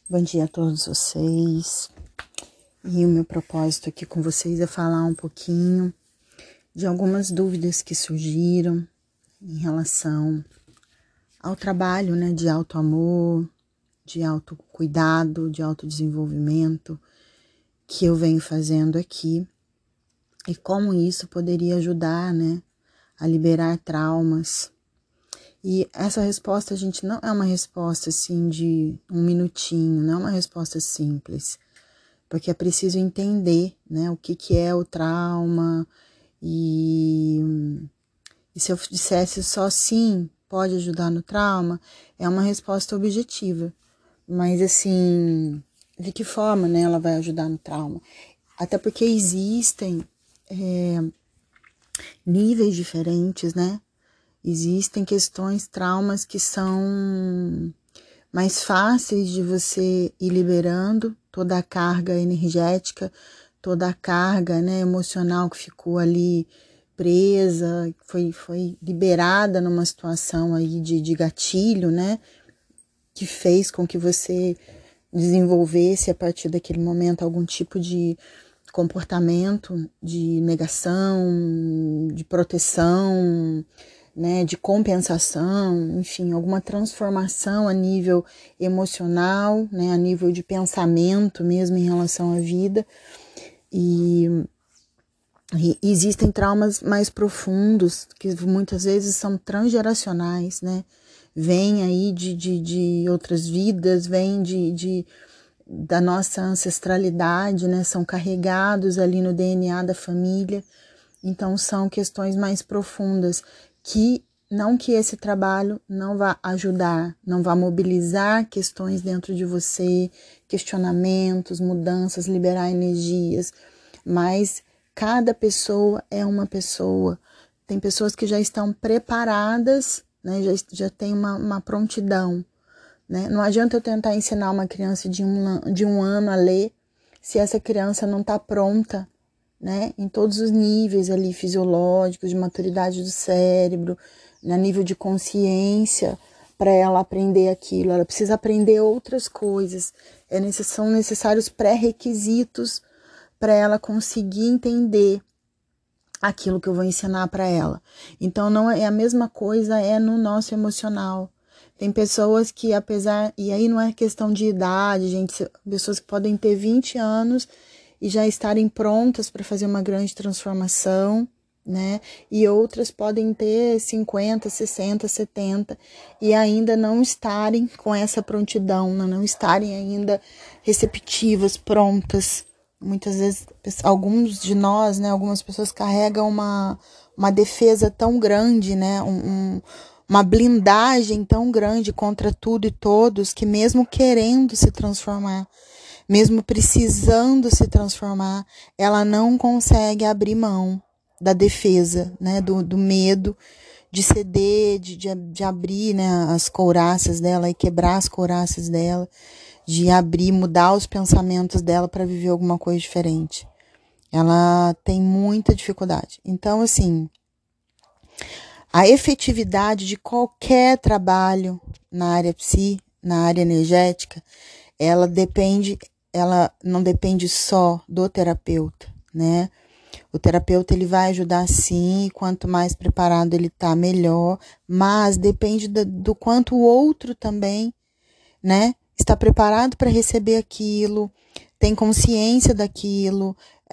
Bom dia a todos vocês. E o meu propósito aqui com vocês é falar um pouquinho de algumas dúvidas que surgiram em relação ao trabalho, né, de autoamor, de autocuidado, de autodesenvolvimento que eu venho fazendo aqui e como isso poderia ajudar, né, a liberar traumas. E essa resposta, gente, não é uma resposta assim de um minutinho, não é uma resposta simples. Porque é preciso entender, né, o que é o trauma e se eu dissesse só sim, pode ajudar no trauma, é uma resposta objetiva. Mas assim, de que forma, né, ela vai ajudar no trauma? Até porque existem níveis diferentes, né? Existem questões, traumas que são mais fáceis de você ir liberando toda a carga energética, toda a carga, né, emocional que ficou ali presa, foi liberada numa situação aí de gatilho, né, que fez com que você desenvolvesse a partir daquele momento algum tipo de comportamento de negação, de proteção, né, de compensação, enfim, alguma transformação a nível emocional, né, a nível de pensamento mesmo em relação à vida. E existem traumas mais profundos, que muitas vezes são transgeracionais, né, vêm aí de outras vidas, vêm da nossa ancestralidade, né, são carregados ali no DNA da família. Então são questões mais profundas que esse trabalho não vá ajudar, não vá mobilizar questões dentro de você, questionamentos, mudanças, liberar energias, mas cada pessoa é uma pessoa. Tem pessoas que já estão preparadas, né, já tem uma prontidão, né? Não adianta eu tentar ensinar uma criança de um ano a ler se essa criança não está pronta, né, em todos os níveis ali fisiológicos, de maturidade do cérebro, a nível de consciência, para ela aprender aquilo. Ela precisa aprender outras coisas. São necessários pré-requisitos para ela conseguir entender aquilo que eu vou ensinar para ela. Então, não é a mesma coisa no nosso emocional. Tem pessoas que, e aí não é questão de idade, gente, pessoas que podem ter 20 anos e já estarem prontas para fazer uma grande transformação, né? E outras podem ter 50, 60, 70 e ainda não estarem com essa prontidão, não estarem ainda receptivas, prontas. Muitas vezes, alguns de nós, né, algumas pessoas carregam uma defesa tão grande, né, uma blindagem tão grande contra tudo e todos, que mesmo querendo se transformar, mesmo precisando se transformar, ela não consegue abrir mão da defesa, né, do medo de ceder, de abrir, né, as couraças dela e quebrar as couraças dela, de abrir, mudar os pensamentos dela para viver alguma coisa diferente. Ela tem muita dificuldade. Então, assim, a efetividade de qualquer trabalho na área psi, na área energética, ela não depende só do terapeuta, né? O terapeuta, ele vai ajudar sim, e quanto mais preparado ele tá, melhor, mas depende do quanto o outro também, né, está preparado para receber aquilo, tem consciência daquilo,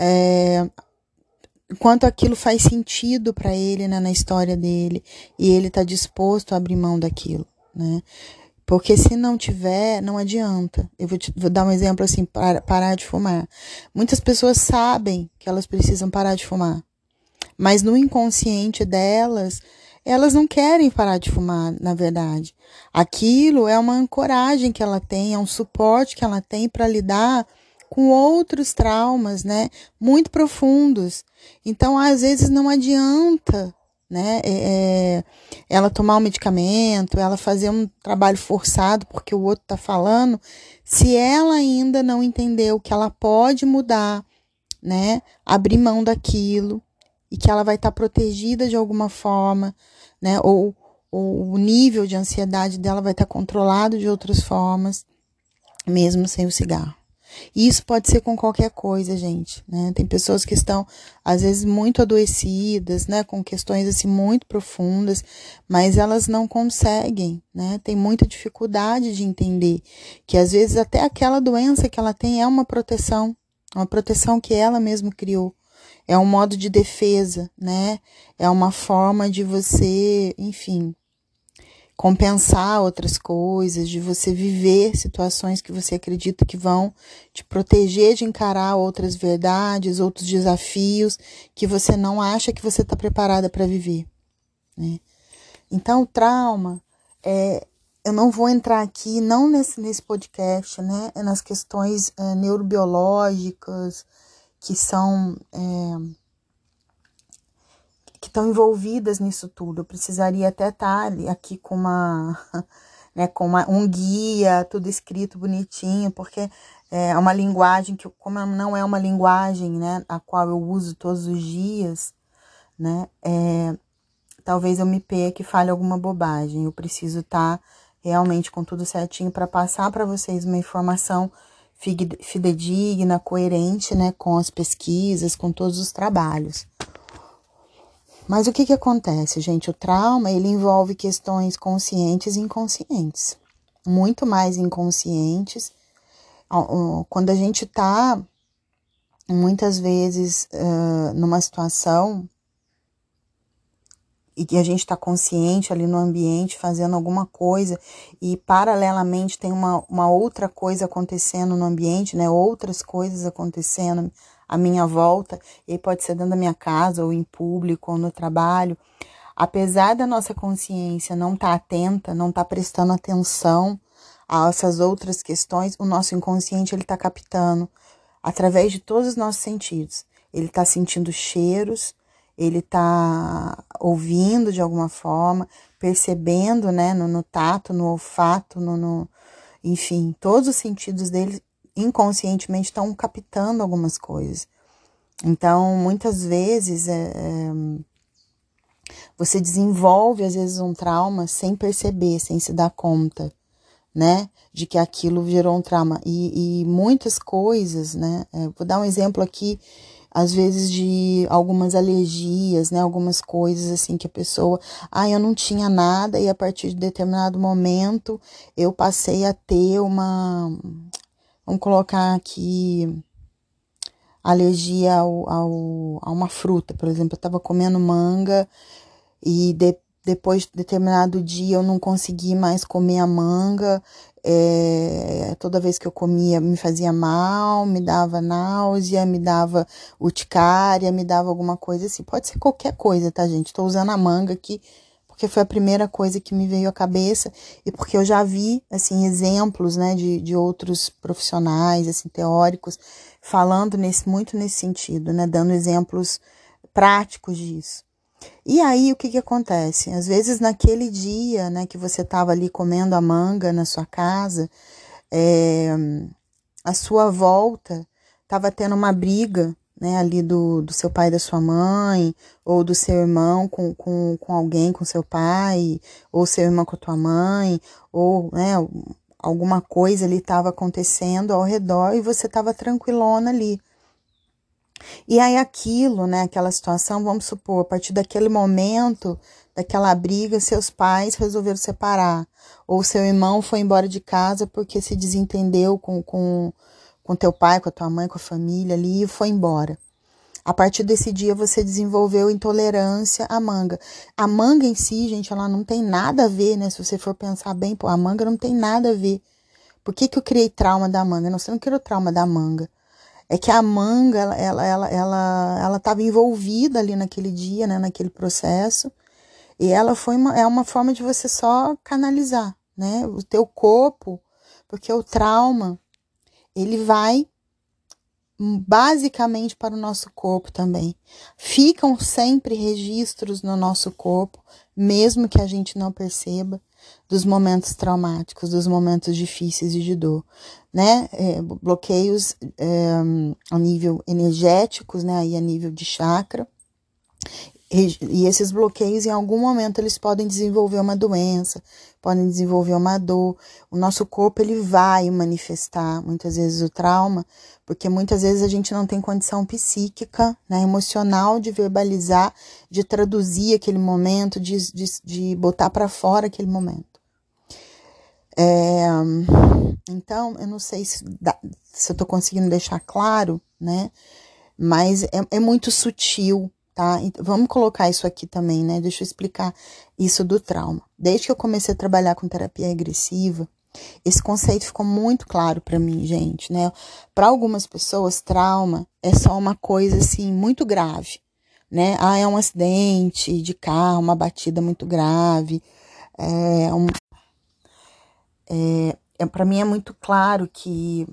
quanto aquilo faz sentido para ele, né, na história dele, e ele está disposto a abrir mão daquilo, né? Porque se não tiver, não adianta. Eu vou dar um exemplo assim, parar de fumar. Muitas pessoas sabem que elas precisam parar de fumar, mas no inconsciente delas, elas não querem parar de fumar, na verdade. Aquilo é uma ancoragem que ela tem, é um suporte que ela tem para lidar com outros traumas, né, muito profundos. Então, às vezes, não adianta, né, ela tomar um medicamento, ela fazer um trabalho forçado porque o outro está falando, se ela ainda não entendeu que ela pode mudar, né, abrir mão daquilo e que ela vai estar protegida de alguma forma, né, ou o nível de ansiedade dela vai estar controlado de outras formas. mesmo sem o cigarro. E isso pode ser com qualquer coisa, gente, né? Tem pessoas que estão, às vezes, muito adoecidas, né? Com questões, assim, muito profundas, mas elas não conseguem, né? Tem muita dificuldade de entender que, às vezes, até aquela doença que ela tem é uma proteção que ela mesma criou. É um modo de defesa, né? É uma forma de você, enfim, compensar outras coisas, de você viver situações que você acredita que vão te proteger de encarar outras verdades, outros desafios que você não acha que você está preparada para viver, né? Então, o trauma, eu não vou entrar aqui, não nesse podcast, né, nas questões neurobiológicas que são que estão envolvidas nisso tudo. Eu precisaria até estar aqui com né, um guia, tudo escrito bonitinho, porque é uma linguagem que, como não é uma linguagem, né, a qual eu uso todos os dias, né, talvez eu me perca e fale alguma bobagem. Eu preciso estar realmente com tudo certinho para passar para vocês uma informação fidedigna, coerente, né, com as pesquisas, com todos os trabalhos. Mas o que acontece, gente? O trauma, ele envolve questões conscientes e inconscientes. Muito mais inconscientes. Quando a gente tá, muitas vezes, numa situação e que a gente tá consciente ali no ambiente, fazendo alguma coisa, e paralelamente tem uma outra coisa acontecendo no ambiente, né? Outras coisas acontecendo à minha volta, e aí pode ser dentro da minha casa, ou em público, ou no trabalho. Apesar da nossa consciência não estar atenta, não estar prestando atenção a essas outras questões, o nosso inconsciente ele está captando através de todos os nossos sentidos. Ele está sentindo cheiros, ele está ouvindo de alguma forma, percebendo, né, no tato, no olfato, enfim, todos os sentidos dele inconscientemente estão captando algumas coisas. Então, muitas vezes, você desenvolve, às vezes, um trauma sem perceber, sem se dar conta, né, de que aquilo gerou um trauma. E muitas coisas, né, vou dar um exemplo aqui, às vezes, de algumas alergias, né, algumas coisas, assim, que a pessoa, eu não tinha nada, e a partir de determinado momento, eu passei a ter vamos colocar aqui, alergia a uma fruta, por exemplo, eu estava comendo manga, e depois de determinado dia eu não consegui mais comer a manga, toda vez que eu comia me fazia mal, me dava náusea, me dava urticária, me dava alguma coisa assim. Pode ser qualquer coisa, tá, gente? Tô usando a manga aqui porque foi a primeira coisa que me veio à cabeça e porque eu já vi, assim, exemplos, né, de outros profissionais, assim, teóricos, falando muito nesse sentido, né, dando exemplos práticos disso. E aí, o que acontece? Às vezes, naquele dia, né, que você estava ali comendo a manga na sua casa, a sua volta estava tendo uma briga, né, ali do seu pai e da sua mãe, ou do seu irmão com alguém, com seu pai, ou seu irmão com a tua mãe, ou, né, alguma coisa ali estava acontecendo ao redor e você estava tranquilona ali. E aí aquilo, né, aquela situação, vamos supor, a partir daquele momento, daquela briga, seus pais resolveram separar, ou seu irmão foi embora de casa porque se desentendeu com teu pai, com a tua mãe, com a família ali e foi embora. A partir desse dia você desenvolveu intolerância à manga. A manga em si, gente, ela não tem nada a ver, né, se você for pensar bem, pô, a manga não tem nada a ver. Por que eu criei trauma da manga? Não, você não criou trauma da manga. É que a manga, ela estava envolvida ali naquele dia, né, naquele processo, e ela é uma forma de você só canalizar, né, o teu corpo, porque o trauma, ele vai basicamente para o nosso corpo também. Ficam sempre registros no nosso corpo, mesmo que a gente não perceba, dos momentos traumáticos, dos momentos difíceis e de dor, né? Bloqueios a nível energéticos, né? Aí a nível de chakra, E esses bloqueios, em algum momento, eles podem desenvolver uma doença, podem desenvolver uma dor. O nosso corpo, ele vai manifestar, muitas vezes, o trauma, porque muitas vezes a gente não tem condição psíquica, né, emocional, de verbalizar, de traduzir aquele momento, de botar para fora aquele momento. Então, eu não sei se eu tô conseguindo deixar claro, né, mas é muito sutil, tá? Então, vamos colocar isso aqui também, né? Deixa eu explicar isso do trauma. Desde que eu comecei a trabalhar com terapia regressiva, esse conceito ficou muito claro para mim, gente, né? Para algumas pessoas, trauma é só uma coisa assim muito grave, né? Ah, é um acidente de carro, uma batida muito grave. Para mim é muito claro que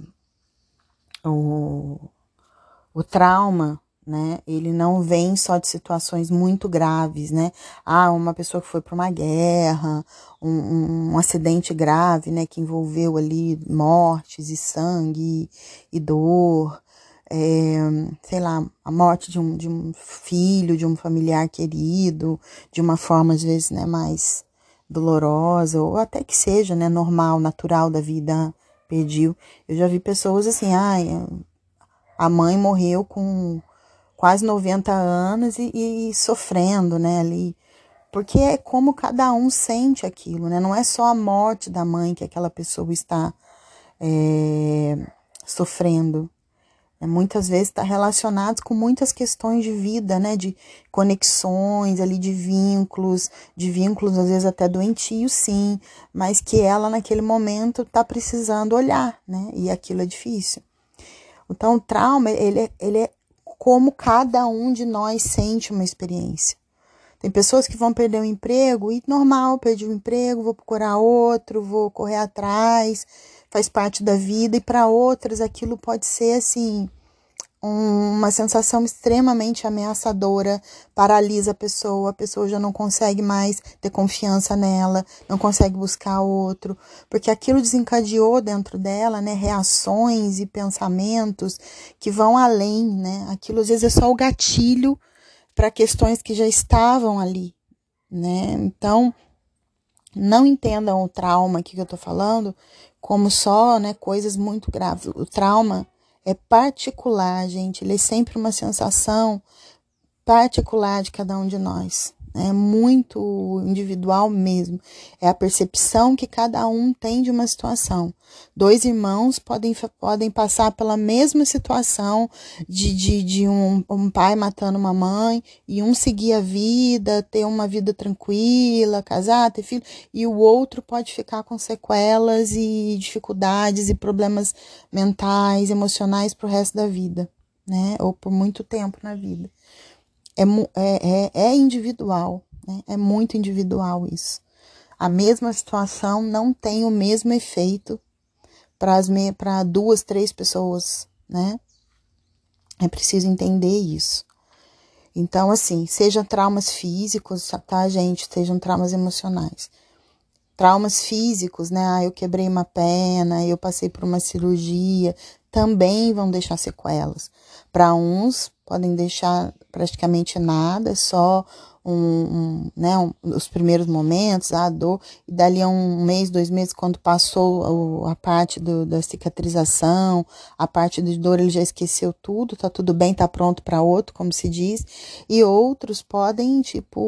o trauma, né, ele não vem só de situações muito graves, né? Ah, uma pessoa que foi para uma guerra, um acidente grave, né, que envolveu ali mortes e sangue e dor, sei lá, a morte de um filho, de um familiar querido, de uma forma às vezes, né, mais dolorosa, ou até que seja, né, normal, natural da vida, pediu. Eu já vi pessoas assim, a mãe morreu com quase 90 anos e sofrendo, né, ali. Porque é como cada um sente aquilo, né? Não é só a morte da mãe que aquela pessoa está sofrendo. Muitas vezes está relacionado com muitas questões de vida, né? De conexões ali, de vínculos às vezes até doentios, sim, mas que ela naquele momento está precisando olhar, né? E aquilo é difícil. Então, o trauma, ele é como cada um de nós sente uma experiência. Tem pessoas que vão perder o emprego e normal, perdi o emprego, vou procurar outro, vou correr atrás, faz parte da vida. E para outras aquilo pode ser assim, uma sensação extremamente ameaçadora, paralisa a pessoa já não consegue mais ter confiança nela, não consegue buscar outro, porque aquilo desencadeou dentro dela, né, reações e pensamentos que vão além, né, aquilo às vezes é só o gatilho para questões que já estavam ali, né, então não entendam o trauma aqui que eu tô falando como só, né, coisas muito graves. O trauma é particular, gente. Ele é sempre uma sensação particular de cada um de nós. É muito individual mesmo. É a percepção que cada um tem de uma situação. Dois irmãos podem passar pela mesma situação de um pai matando uma mãe, e um seguir a vida, ter uma vida tranquila, casar, ter filho, e o outro pode ficar com sequelas e dificuldades e problemas mentais, emocionais pro resto da vida, né? Ou por muito tempo na vida. É individual, né? É muito individual isso. A mesma situação não tem o mesmo efeito para 2, 3 pessoas, né? É preciso entender isso. Então, assim, sejam traumas físicos, tá, gente? Sejam traumas emocionais. Traumas físicos, né? Eu quebrei uma perna, eu passei por uma cirurgia, também vão deixar sequelas. Para uns, podem deixar praticamente nada, só os primeiros momentos, a dor, e dali a 1 mês, 2 meses, quando passou a parte da cicatrização, a parte de dor, ele já esqueceu tudo, tá tudo bem, tá pronto para outro, como se diz, e outros podem,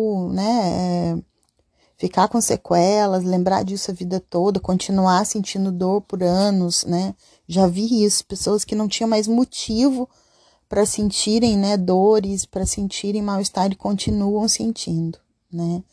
ficar com sequelas, lembrar disso a vida toda, continuar sentindo dor por anos, né? Já vi isso, pessoas que não tinham mais motivo para sentirem, né, dores, para sentirem mal-estar e continuam sentindo, né?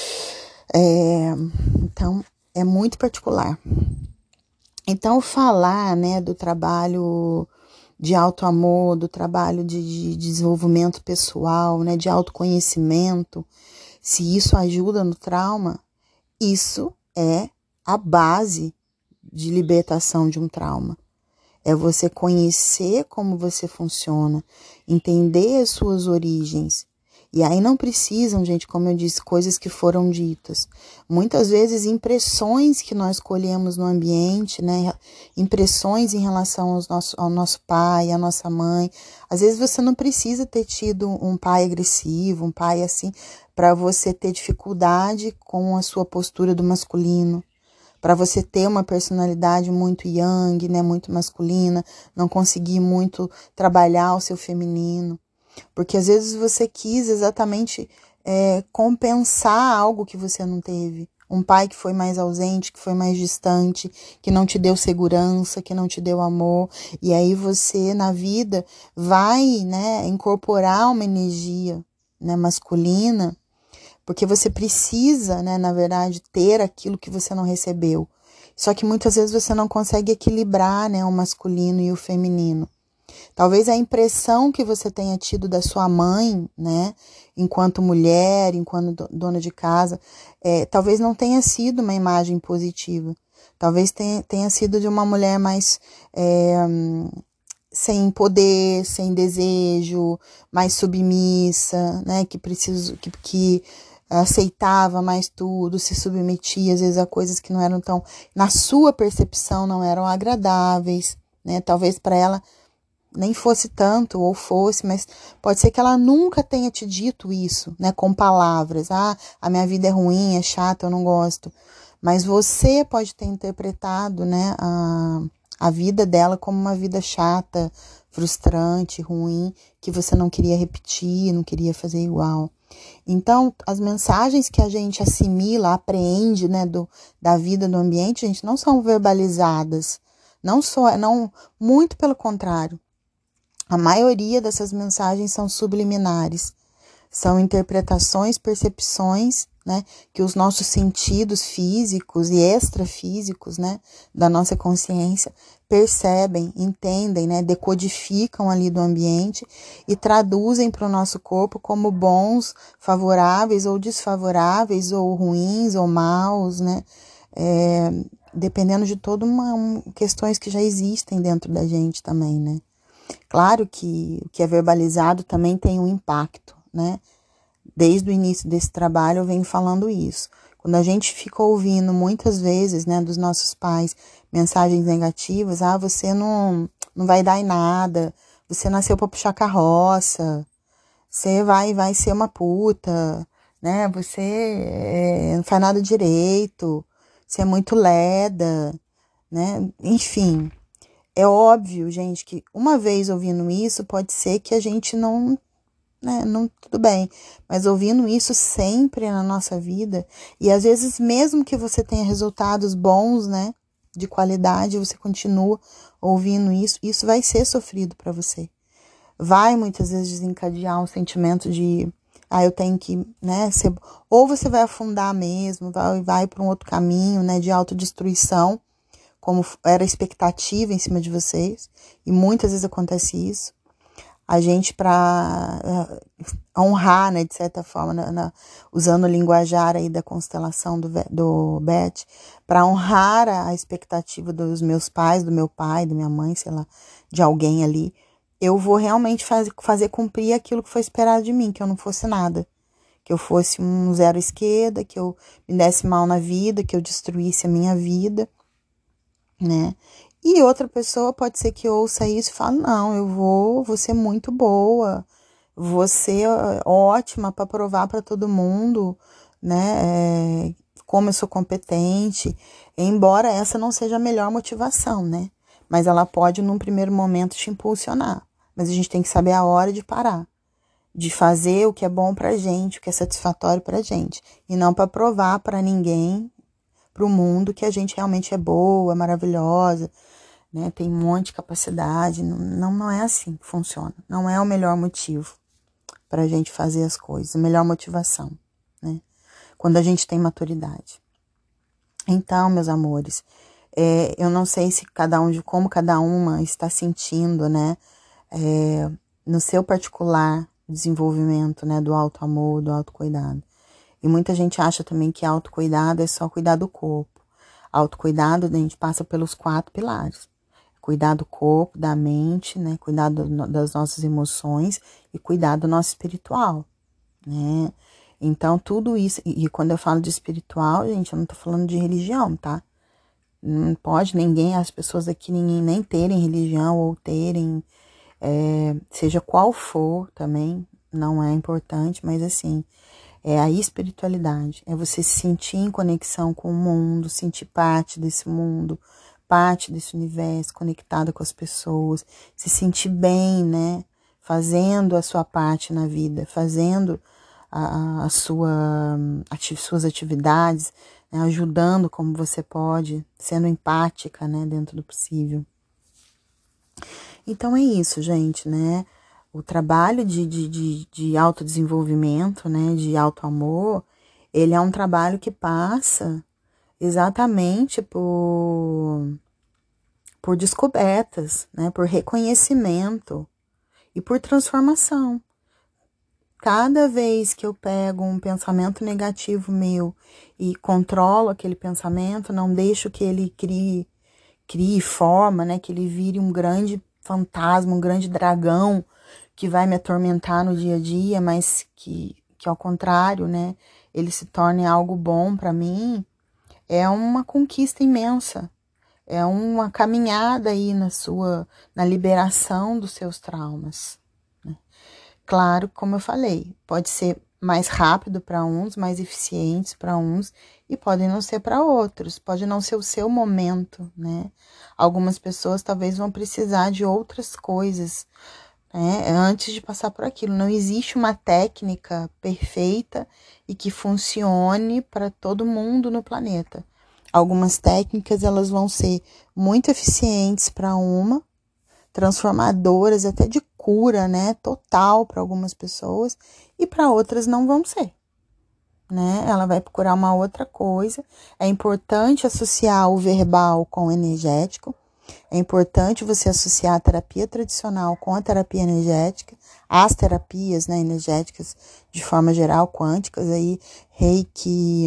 Então, é muito particular. Então, falar, né, do trabalho de autoamor, do trabalho de desenvolvimento pessoal, né, de autoconhecimento, se isso ajuda no trauma, isso é a base de libertação de um trauma. É você conhecer como você funciona, entender as suas origens E aí não precisam, gente, como eu disse, coisas que foram ditas. Muitas vezes impressões que nós colhemos no ambiente, né? Impressões em relação ao nosso pai, à nossa mãe. Às vezes você não precisa ter tido um pai agressivo, um pai assim, para você ter dificuldade com a sua postura do masculino. Para você ter uma personalidade muito yang, né, muito masculina, não conseguir muito trabalhar o seu feminino. Porque às vezes você quis exatamente compensar algo que você não teve. Um pai que foi mais ausente, que foi mais distante, que não te deu segurança, que não te deu amor. E aí você, na vida, vai, né, incorporar uma energia, né, masculina, porque você precisa, né, na verdade, ter aquilo que você não recebeu. Só que muitas vezes você não consegue equilibrar, né, o masculino e o feminino. Talvez a impressão que você tenha tido da sua mãe, né, enquanto mulher, enquanto dona de casa, talvez não tenha sido uma imagem positiva. Talvez tenha sido de uma mulher mais sem poder, sem desejo, mais submissa, né, que aceitava mais tudo, se submetia às vezes a coisas que não eram tão, na sua percepção, não eram agradáveis, né? Talvez para ela nem fosse tanto, ou fosse, mas pode ser que ela nunca tenha te dito isso, né, com palavras. Ah, a minha vida é ruim, é chata, eu não gosto. Mas você pode ter interpretado, né, a vida dela como uma vida chata, frustrante, ruim, que você não queria repetir, não queria fazer igual. Então, as mensagens que a gente assimila, apreende, né, da vida, do ambiente, gente, não são verbalizadas. Não, muito pelo contrário. A maioria dessas mensagens são subliminares, são interpretações, percepções, né, que os nossos sentidos físicos e extrafísicos, né, da nossa consciência percebem, entendem, né, decodificam ali do ambiente e traduzem para o nosso corpo como bons, favoráveis ou desfavoráveis, ou ruins ou maus, né, dependendo de todas questões que já existem dentro da gente também, né. Claro que o que é verbalizado também tem um impacto, né? Desde o início desse trabalho eu venho falando isso. Quando a gente fica ouvindo muitas vezes, né, dos nossos pais, mensagens negativas, você não vai dar em nada, você nasceu para puxar carroça, você vai ser uma puta, né? Você não faz nada direito, você é muito leda, né? Enfim. É óbvio, gente, que uma vez ouvindo isso, pode ser que a gente não, né, tudo bem, mas ouvindo isso sempre na nossa vida, e às vezes mesmo que você tenha resultados bons, né, de qualidade, você continua ouvindo isso vai ser sofrido para você. Vai muitas vezes desencadear um sentimento de, eu tenho que, né, ou você vai afundar mesmo, vai para um outro caminho, né, de autodestruição, como era a expectativa em cima de vocês, e muitas vezes acontece isso. A gente, para honrar, né, de certa forma, usando o linguajar aí da constelação do Beth, para honrar a expectativa dos meus pais, do meu pai, da minha mãe, sei lá, de alguém ali, eu vou realmente fazer cumprir aquilo que foi esperado de mim, que eu não fosse nada, que eu fosse um zero à esquerda, que eu me desse mal na vida, que eu destruísse a minha vida, né? E outra pessoa pode ser que ouça isso e fale, não, eu vou ser muito boa, vou ser ótima para provar para todo mundo, né, como eu sou competente, embora essa não seja a melhor motivação, né, mas ela pode num primeiro momento te impulsionar, mas a gente tem que saber a hora de parar, de fazer o que é bom pra gente, o que é satisfatório pra gente, e não para provar para ninguém, para o mundo, que a gente realmente é boa, maravilhosa, né? Tem um monte de capacidade. Não é assim que funciona. Não é o melhor motivo para a gente fazer as coisas, a melhor motivação, né? Quando a gente tem maturidade. Então, meus amores, eu não sei se como cada uma está sentindo, né? No seu particular desenvolvimento, né? Do auto-amor, do autocuidado. E muita gente acha também que autocuidado é só cuidar do corpo. Autocuidado, a gente passa pelos 4 pilares. Cuidar do corpo, da mente, né? Cuidar das nossas emoções e cuidar do nosso espiritual. né? Então, tudo isso, e quando eu falo de espiritual, gente, eu não tô falando de religião, tá? Não pode ninguém, as pessoas aqui, ninguém nem terem religião ou terem, seja qual for também, não é importante, mas assim, é a espiritualidade, é você se sentir em conexão com o mundo, sentir parte desse mundo, parte desse universo, conectada com as pessoas, se sentir bem, né? Fazendo a sua parte na vida, fazendo suas atividades, né? Ajudando como você pode, sendo empática, né? Dentro do possível. Então é isso, gente, né? O trabalho de autodesenvolvimento, né? De autoamor, ele é um trabalho que passa exatamente por descobertas, né? Por reconhecimento e por transformação. Cada vez que eu pego um pensamento negativo meu e controlo aquele pensamento, não deixo que ele crie forma, né? Que ele vire um grande fantasma, um grande dragão que vai me atormentar no dia a dia, mas que ao contrário, né? Ele se torne algo bom para mim, é uma conquista imensa. É uma caminhada aí na liberação dos seus traumas. Claro, como eu falei, pode ser mais rápido para uns, mais eficientes para uns, e podem não ser para outros, pode não ser o seu momento, né? Algumas pessoas talvez vão precisar de outras coisas, né? Antes de passar por aquilo. Não existe uma técnica perfeita e que funcione para todo mundo no planeta. Algumas técnicas, elas vão ser muito eficientes para uma, transformadoras, até de cura, né, total para algumas pessoas, e para outras não vão ser, né? Ela vai procurar uma outra coisa. É importante associar o verbal com o energético. É importante você associar a terapia tradicional com a terapia energética, as terapias, né, energéticas de forma geral, quânticas, aí, Reiki,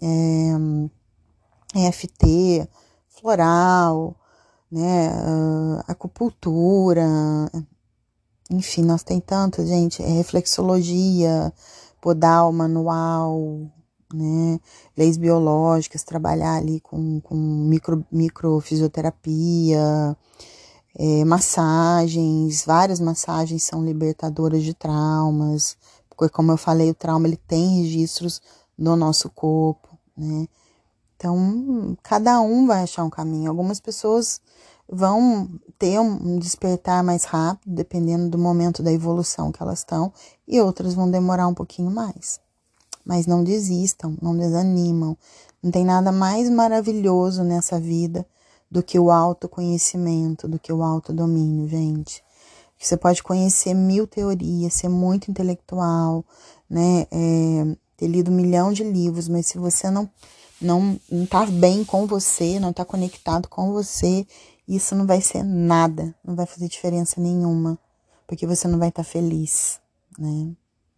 EFT, floral, né, acupuntura, enfim, nós tem tanto, gente, reflexologia, podal manual, né, leis biológicas, trabalhar ali com microfisioterapia, massagens, várias massagens são libertadoras de traumas, porque como eu falei, o trauma ele tem registros no nosso corpo, né, então cada um vai achar um caminho. Algumas pessoas vão ter um despertar mais rápido, dependendo do momento da evolução que elas estão, e outras vão demorar um pouquinho mais. Mas não desistam, não desanimam. Não tem nada mais maravilhoso nessa vida do que o autoconhecimento, do que o autodomínio, gente. Você pode conhecer 1000 teorias, ser muito intelectual, né? Ter lido 1 milhão de livros, mas se você não tá bem com você, não tá conectado com você, isso não vai ser nada, não vai fazer diferença nenhuma, porque você não vai estar feliz, né?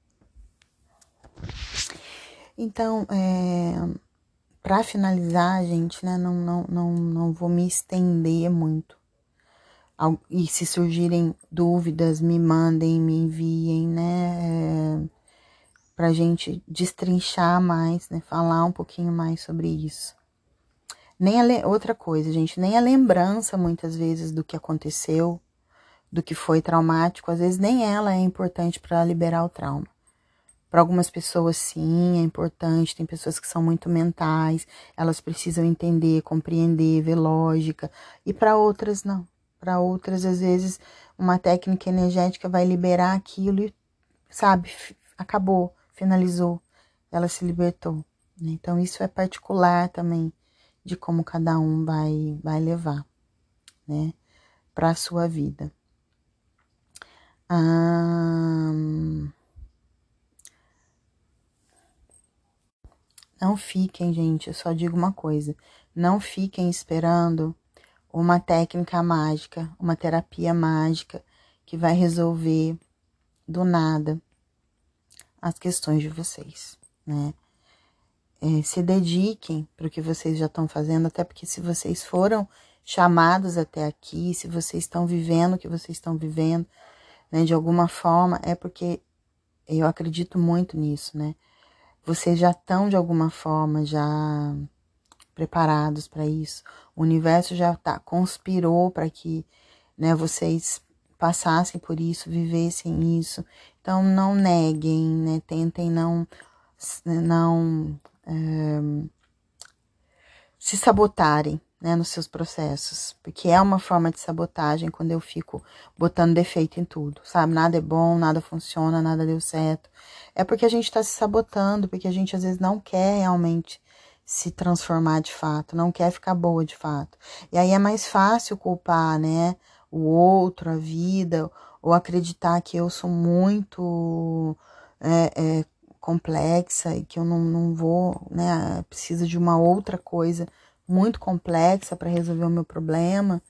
Então, para finalizar, gente, né, não vou me estender muito. E se surgirem dúvidas, me mandem, me enviem, né, pra gente destrinchar mais, né, falar um pouquinho mais sobre isso. Outra coisa, gente, nem a lembrança muitas vezes do que aconteceu, do que foi traumático, às vezes nem ela é importante para liberar o trauma. Para algumas pessoas sim, é importante, tem pessoas que são muito mentais, elas precisam entender, compreender, ver lógica, e para outras não. Para outras, às vezes, uma técnica energética vai liberar aquilo e, sabe, acabou, finalizou, ela se libertou. Então, isso é particular também de como cada um vai levar, né, para a sua vida. Não fiquem, gente, eu só digo uma coisa, não fiquem esperando uma técnica mágica, uma terapia mágica que vai resolver do nada as questões de vocês, né? Se dediquem para o que vocês já estão fazendo, até porque se vocês foram chamados até aqui, se vocês estão vivendo o que vocês estão vivendo, né, de alguma forma, é porque eu acredito muito nisso, né? Vocês já estão, de alguma forma, já preparados para isso. O universo já conspirou para que, né, vocês passassem por isso, vivessem isso. Então, não neguem, né? Tentem não se sabotarem, né, nos seus processos, porque é uma forma de sabotagem quando eu fico botando defeito em tudo, sabe? Nada é bom, nada funciona, nada deu certo. É porque a gente tá se sabotando, porque a gente às vezes não quer realmente se transformar de fato, não quer ficar boa de fato. E aí é mais fácil culpar, né, o outro, a vida, ou acreditar que eu sou muito complexa e que eu não vou, né, preciso de uma outra coisa muito complexa para resolver o meu problema.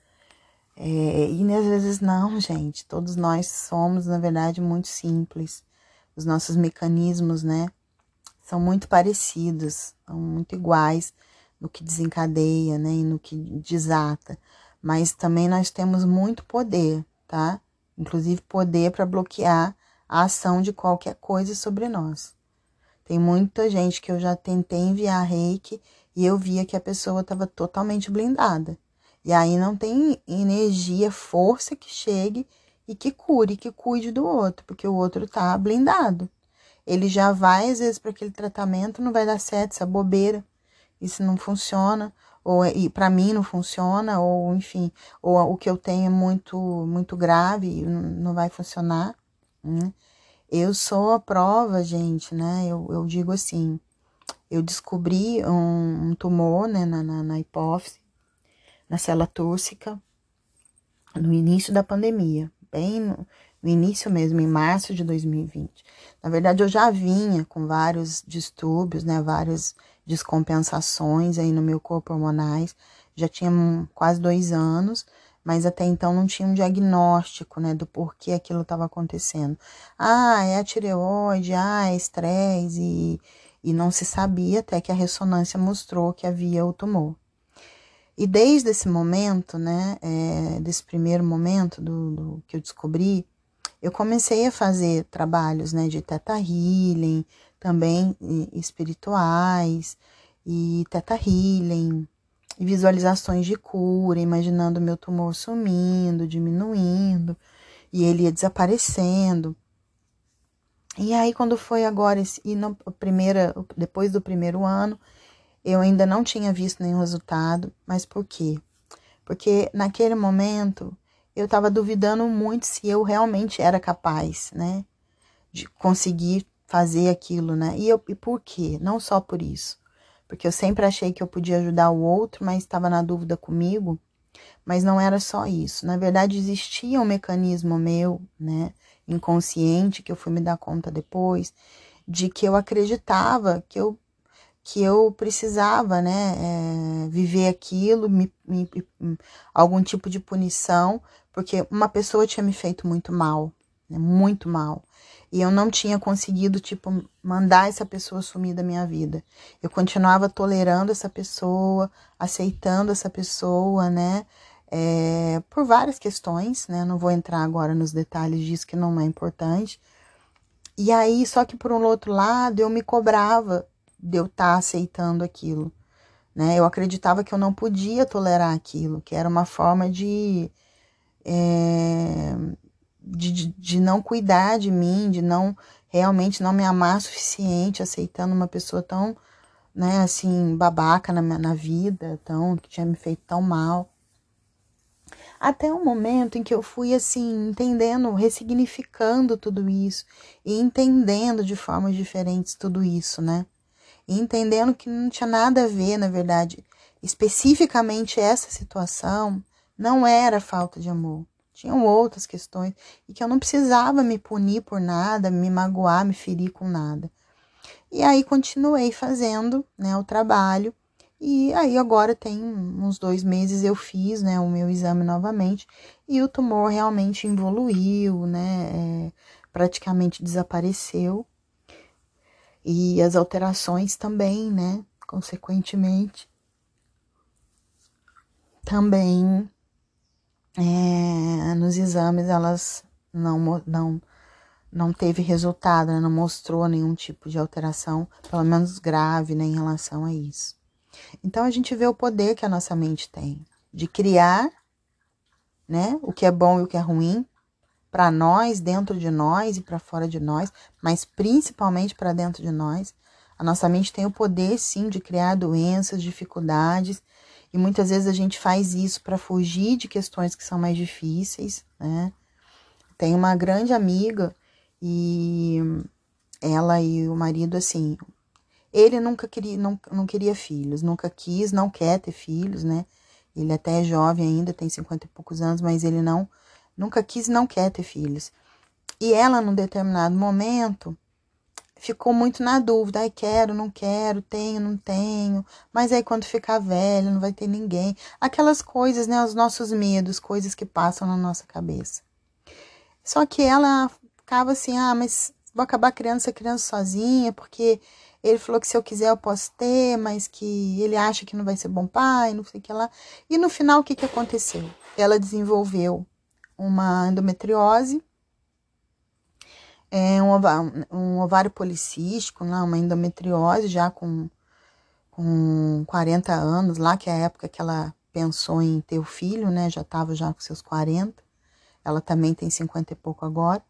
E às vezes não, gente, todos nós somos, na verdade, muito simples. Os nossos mecanismos, né, são muito parecidos, são muito iguais no que desencadeia, né, e no que desata. Mas também nós temos muito poder, tá? Inclusive poder para bloquear a ação de qualquer coisa sobre nós. Tem muita gente que eu já tentei enviar reiki e eu via que a pessoa estava totalmente blindada. E aí não tem energia, força que chegue e que cure, que cuide do outro, porque o outro tá blindado. Ele já vai, às vezes, para aquele tratamento, não vai dar certo, isso é bobeira, isso não funciona, ou e para mim não funciona, ou enfim, ou o que eu tenho é muito grave e não vai funcionar, né? Eu sou a prova, gente, né? Eu digo assim, eu descobri um tumor, né, na hipófise, na célula túrcica, no início da pandemia, bem no início mesmo, em março de 2020. Na verdade, eu já vinha com vários distúrbios, né, várias descompensações aí no meu corpo hormonais, já tinha quase 2 anos, mas até então não tinha um diagnóstico, né, do porquê aquilo estava acontecendo. Ah, é a tireoide, é estresse, e não se sabia até que a ressonância mostrou que havia o tumor. E desde esse momento, né, desse primeiro momento do que eu descobri, eu comecei a fazer trabalhos, né, de Theta Healing, também espirituais, e Theta Healing, e visualizações de cura, imaginando meu tumor sumindo, diminuindo, e ele ia desaparecendo. E aí, quando foi agora, depois do primeiro ano, eu ainda não tinha visto nenhum resultado, mas por quê? Porque naquele momento eu estava duvidando muito se eu realmente era capaz, né, de conseguir fazer aquilo, né? E por quê? Não só por isso. Porque eu sempre achei que eu podia ajudar o outro, mas estava na dúvida comigo. Mas não era só isso. Na verdade, existia um mecanismo meu, né, inconsciente, que eu fui me dar conta depois, de que eu acreditava que eu precisava, né, viver aquilo, algum tipo de punição, porque uma pessoa tinha me feito muito mal, né, muito mal. E eu não tinha conseguido, tipo, mandar essa pessoa sumir da minha vida. Eu continuava tolerando essa pessoa, aceitando essa pessoa, né, por várias questões, né, não vou entrar agora nos detalhes disso, que não é importante. E aí, só que por um outro lado, eu me cobrava de eu estar aceitando aquilo, né? Eu acreditava que eu não podia tolerar aquilo, que era uma forma de não cuidar de mim, de não realmente não me amar o suficiente, aceitando uma pessoa tão, né, assim, babaca na vida, que tinha me feito tão mal. Até o momento em que eu fui, assim, entendendo, ressignificando tudo isso e entendendo de formas diferentes tudo isso, né? E entendendo que não tinha nada a ver, na verdade, especificamente essa situação não era falta de amor. Tinham outras questões e que eu não precisava me punir por nada, me magoar, me ferir com nada. E aí continuei fazendo, né, o trabalho. E aí agora tem uns 2 meses eu fiz, né, o meu exame novamente e o tumor realmente evoluiu, né, praticamente desapareceu. E as alterações também, né, consequentemente, também nos exames elas não não teve resultado, né? Não mostrou nenhum tipo de alteração, pelo menos grave, né, em relação a isso. Então a gente vê o poder que a nossa mente tem de criar, né, o que é bom e o que é ruim para nós, dentro de nós e para fora de nós, mas principalmente para dentro de nós. A nossa mente tem o poder, sim, de criar doenças, dificuldades, e muitas vezes a gente faz isso para fugir de questões que são mais difíceis, né? Tem uma grande amiga e ela e o marido, assim, ele nunca queria, não queria filhos, nunca quis, não quer ter filhos, né? Ele até é jovem ainda, tem 50 e poucos anos, mas ele nunca quis e não quer ter filhos. E ela, num determinado momento, ficou muito na dúvida. Ai, quero, não quero, tenho, não tenho. Mas aí quando ficar velha, não vai ter ninguém. Aquelas coisas, né? Os nossos medos, coisas que passam na nossa cabeça. Só que ela ficava assim, mas vou acabar criando essa criança sozinha, porque ele falou que se eu quiser eu posso ter, mas que ele acha que não vai ser bom pai, não sei o que lá. E no final, o que aconteceu? Ela desenvolveu uma endometriose, um ovário policístico, né, uma endometriose já com 40 anos, lá que é a época que ela pensou em ter o filho, né, já estava já com seus 40, ela também tem 50 e pouco agora,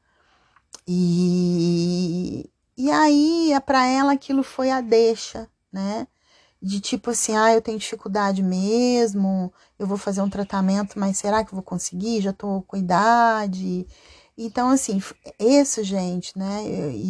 e aí para ela aquilo foi a deixa, né, de tipo assim, eu tenho dificuldade mesmo, eu vou fazer um tratamento, mas será que eu vou conseguir? Já tô com idade. Então, assim, isso, gente, né,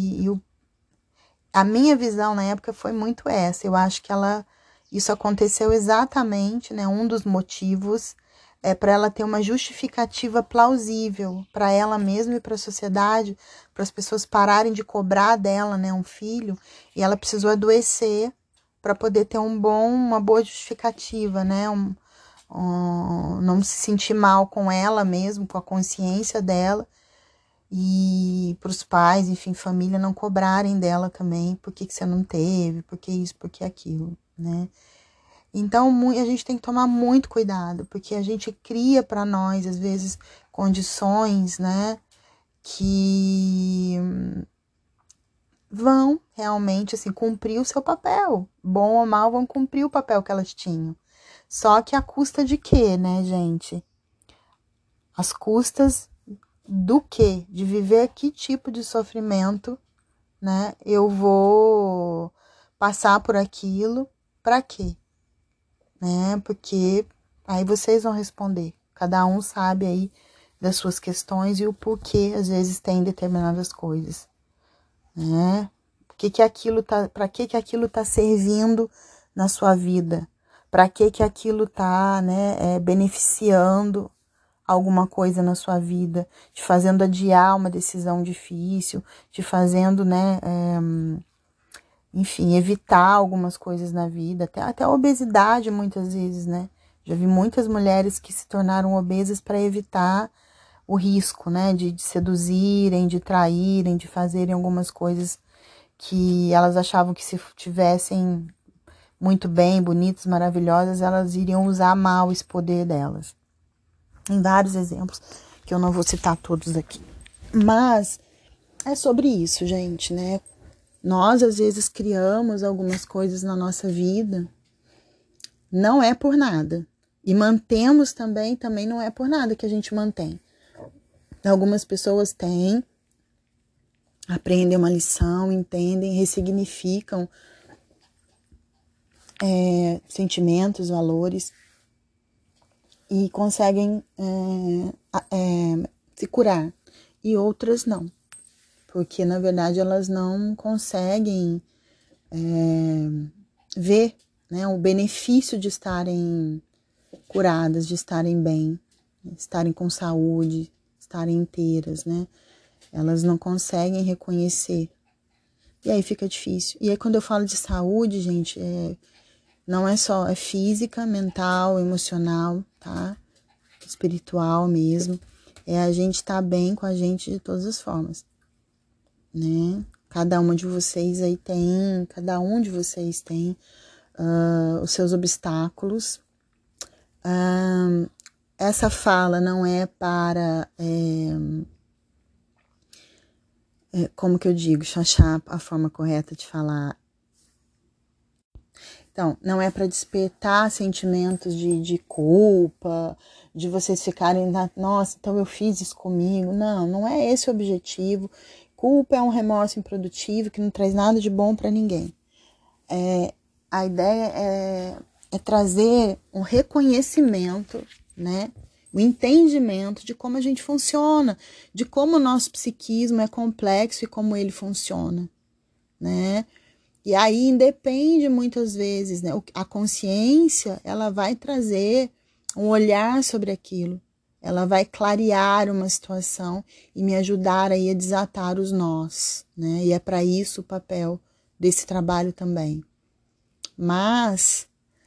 a minha visão na época foi muito essa. Eu acho que isso aconteceu exatamente, né? Um dos motivos é para ela ter uma justificativa plausível para ela mesma e para a sociedade, para as pessoas pararem de cobrar dela, né, um filho, e ela precisou adoecer para poder ter uma boa justificativa, né? Não se sentir mal com ela mesmo, com a consciência dela. E para os pais, enfim, família não cobrarem dela também, por que você não teve, por que isso, por que aquilo, né? Então a gente tem que tomar muito cuidado, porque a gente cria para nós, às vezes, condições, né, que vão realmente, assim, cumprir o seu papel. Bom ou mal, vão cumprir o papel que elas tinham. Só que a custa de quê, né, gente? As custas do quê? De viver que tipo de sofrimento, né? Eu vou passar por aquilo, para quê? Né? Porque aí vocês vão responder. Cada um sabe aí das suas questões e o porquê às vezes tem determinadas coisas, né? Para que aquilo tá servindo na sua vida? Para que aquilo tá, né, beneficiando alguma coisa na sua vida, te fazendo adiar uma decisão difícil, te fazendo, né, enfim, evitar algumas coisas na vida, até a obesidade muitas vezes, né? Já vi muitas mulheres que se tornaram obesas para evitar o risco, né, de seduzirem, de traírem, de fazerem algumas coisas que elas achavam que se tivessem muito bem, bonitas, maravilhosas, elas iriam usar mal esse poder delas. Tem vários exemplos que eu não vou citar todos aqui. Mas é sobre isso, gente, né? Nós, às vezes, criamos algumas coisas na nossa vida, não é por nada. E mantemos também não é por nada que a gente mantém. Algumas pessoas têm, aprendem uma lição, entendem, ressignificam sentimentos, valores e conseguem se curar. E outras não. Porque, na verdade, elas não conseguem ver, né, o benefício de estarem curadas, de estarem bem, estarem com saúde, estarem inteiras, né? Elas não conseguem reconhecer. E aí fica difícil. E aí quando eu falo de saúde, gente, não é só, é física, mental, emocional, tá? Espiritual mesmo. É a gente estar bem com a gente de todas as formas, né? Cada um de vocês tem os seus obstáculos. Essa fala não é para como que eu digo, deixa eu achar a forma correta de falar. Então, não é para despertar sentimentos de culpa, de vocês ficarem, nossa, então eu fiz isso comigo. Não, não é esse o objetivo. Culpa é um remorso improdutivo que não traz nada de bom para ninguém. A ideia é trazer um reconhecimento, né? O entendimento de como a gente funciona, de como o nosso psiquismo é complexo e como ele funciona, né? E aí independe muitas vezes, né? A consciência, ela vai trazer um olhar sobre aquilo. Ela vai clarear uma situação e me ajudar aí a desatar os nós, né? E é para isso o papel desse trabalho também. Mas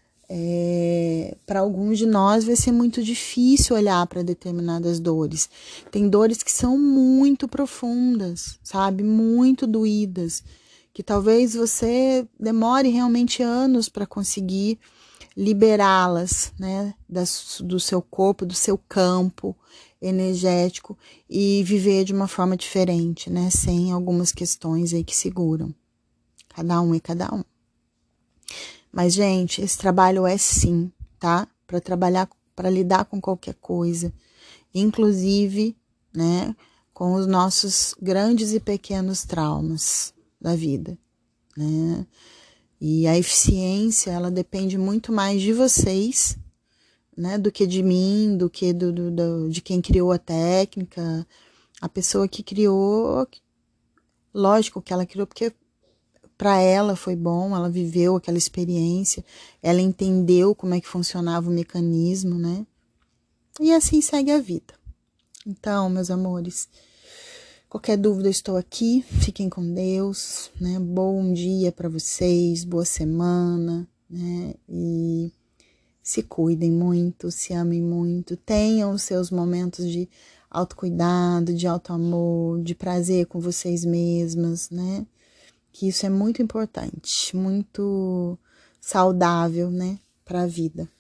para alguns de nós vai ser muito difícil olhar para determinadas dores. Tem dores que são muito profundas, sabe? Muito doídas, que talvez você demore realmente anos para conseguir liberá-las, né? Do seu corpo, do seu campo energético e viver de uma forma diferente, né? Sem algumas questões aí que seguram. Cada um e cada um. Mas, gente, esse trabalho é sim, tá? Para trabalhar, para lidar com qualquer coisa, inclusive, né, com os nossos grandes e pequenos traumas da vida, né? E a eficiência, ela depende muito mais de vocês, né, do que de mim, do que de quem criou a técnica. A pessoa que criou, lógico que ela criou porque para ela foi bom, ela viveu aquela experiência, ela entendeu como é que funcionava o mecanismo, né? E assim segue a vida. Então, meus amores, qualquer dúvida eu estou aqui, fiquem com Deus, né? Bom dia para vocês, boa semana, né? E se cuidem muito, se amem muito, tenham os seus momentos de autocuidado, de autoamor, de prazer com vocês mesmas, né? Que isso é muito importante, muito saudável, né, para a vida.